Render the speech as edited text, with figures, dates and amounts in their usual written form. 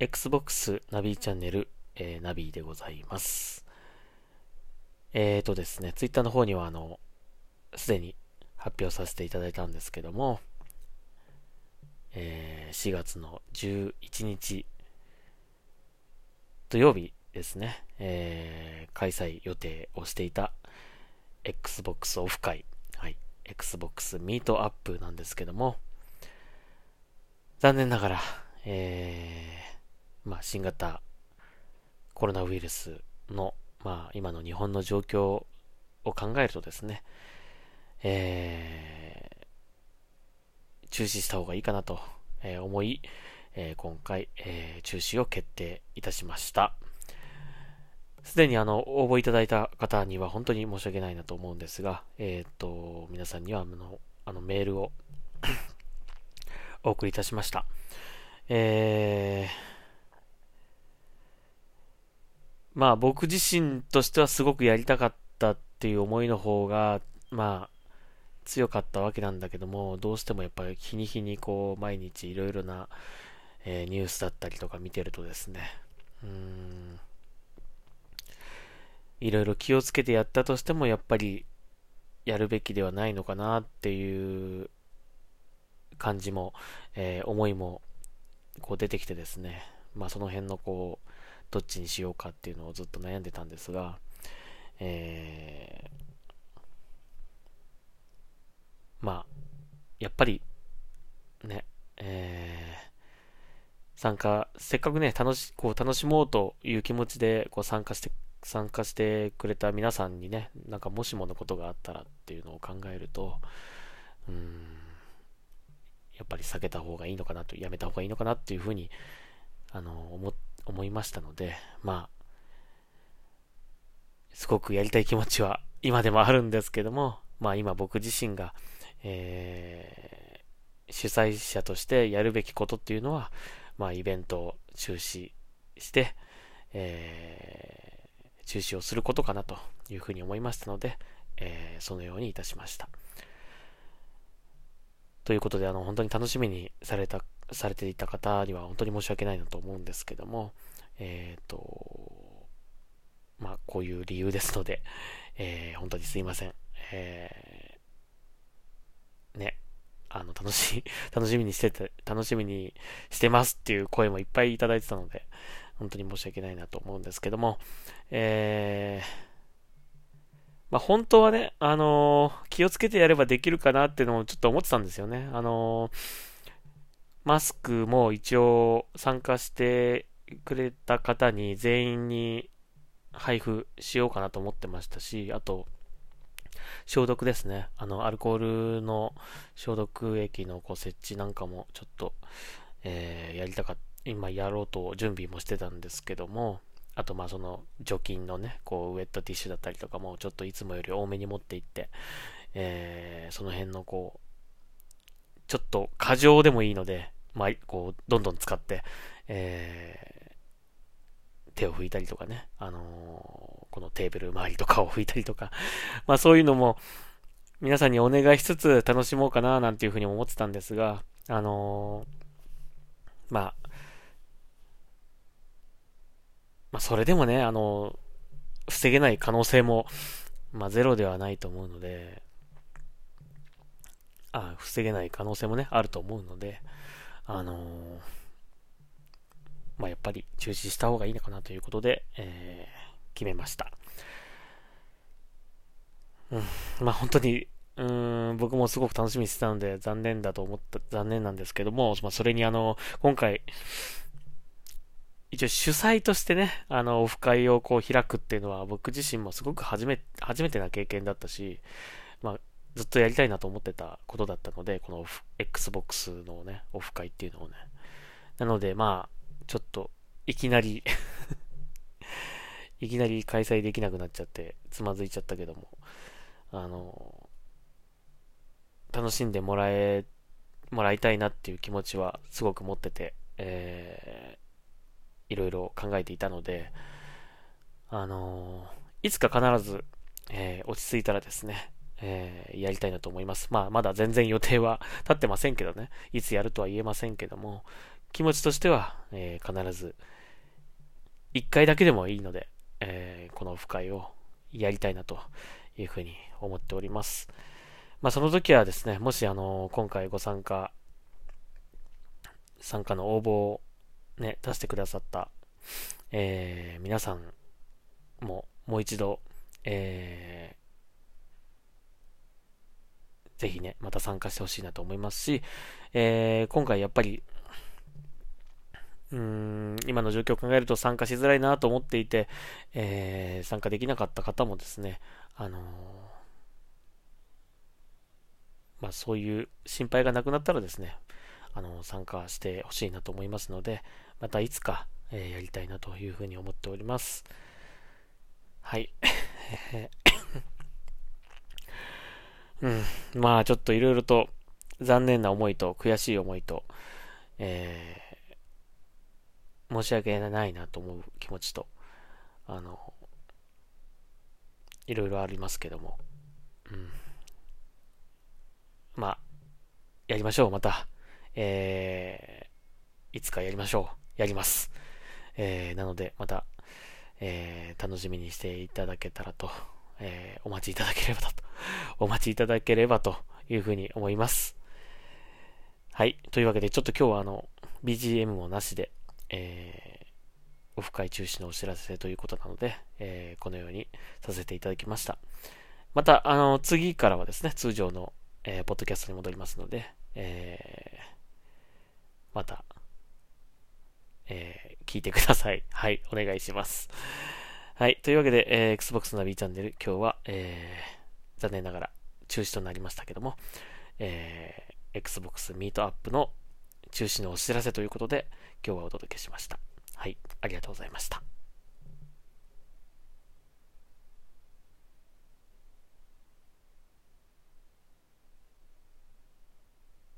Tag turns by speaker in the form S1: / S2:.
S1: Xbox ナビチャンネル、ナビでございます。ですね、Twitter の方にはすでに発表させていただいたんですけども、4月の11日土曜日ですね、開催予定をしていた Xbox オフ会、はい、Xbox ミートアップなんですけども、残念ながら、新型コロナウイルスの、今の日本の状況を考えるとですね、中止した方がいいかなと思い、今回、中止を決定いたしました。すでに応募いただいた方には本当に申し訳ないなと思うんですが、皆さんにはメールをお送りいたしました。僕自身としてはすごくやりたかったっていう思いの方が、強かったわけなんだけども、どうしてもやっぱり日に日に毎日いろいろな、ニュースだったりとか見てるとですね、いろいろ気をつけてやったとしてもやっぱりやるべきではないのかなっていう感じも、思いも出てきてですね、その辺のどっちにしようかっていうのをずっと悩んでたんですが、やっぱりね、せっかくね、楽しもうという気持ちで参加してくれた皆さんにね、もしものことがあったらっていうのを考えると、やっぱり避けた方がいいのかなと、やめた方がいいのかなっていうふうに、思いましたので、すごくやりたい気持ちは今でもあるんですけども、今僕自身が、主催者としてやるべきことっていうのは、イベントを中止して、中止をすることかなというふうに思いましたので、そのようにいたしました。ということで、本当に楽しみにされていた方には本当に申し訳ないなと思うんですけども、こういう理由ですので、本当にすいません。ね、楽しみにしてますっていう声もいっぱいいただいてたので、本当に申し訳ないなと思うんですけども、本当はね、気をつけてやればできるかなっていうのもちょっと思ってたんですよね。マスクも一応参加してくれた方に全員に配布しようかなと思ってましたし、あと、消毒ですね。アルコールの消毒液の設置なんかもちょっと、今やろうと準備もしてたんですけども、あとその除菌のね、ウェットティッシュだったりとかもちょっといつもより多めに持っていって、その辺のちょっと過剰でもいいので、どんどん使って、手を拭いたりとかね、このテーブル周りとかを拭いたりとか、そういうのも皆さんにお願いしつつ楽しもうかななんていうふうに思ってたんですが、それでもね、防げない可能性も、ゼロではないと思うので、防げない可能性もね、あると思うので、やっぱり中止した方がいいのかなということで、決めました。本当に、僕もすごく楽しみにしてたので残念なんですけども、それに今回、一応主催としてね、オフ会を開くっていうのは僕自身もすごく初めてな経験だったし、ずっとやりたいなと思ってたことだったので、このXbox のね、オフ会っていうのをね。なので、ちょっと、いきなりいきなり開催できなくなっちゃって、つまずいちゃったけども、楽しんでもらいたいなっていう気持ちはすごく持ってて、いろいろ考えていたので、いつか必ず、落ち着いたらですね、やりたいなと思います。まだ全然予定は立ってませんけどね、いつやるとは言えませんけども、 気持ちとしては、必ず1回だけでもいいので、このオフ会をやりたいなというふうに思っております。まあその時はですね、もし今回参加の応募をね、出してくださった、皆さんももう一度、ぜひね、また参加してほしいなと思いますし、今回やっぱり、今の状況を考えると参加しづらいなと思っていて、参加できなかった方もですね、まあそういう心配がなくなったらですね、参加してほしいなと思いますので、またいつか、やりたいなというふうに思っております。はい。うん。まあちょっといろいろと残念な思いと悔しい思いと、え申し訳ないなと思う気持ちと、あの、いろいろありますけども、うん。まあ、やりましょう、また。いつかやりましょう。やります。なので、また、楽しみにしていただけたらと、お待ちいただければと、お待ちいただければというふうに思います。はい。というわけで、ちょっと今日はBGM もなしで、オフ会中止のお知らせということなので、このようにさせていただきました。また、次からはですね、通常の、ポッドキャストに戻りますので、また、聞いてください。はい、お願いします。はい、というわけで、Xbox ナビチャンネル、今日は、残念ながら中止となりましたけども、Xbox ミートアップの中止のお知らせということで、今日はお届けしました。はい、ありがとうございました。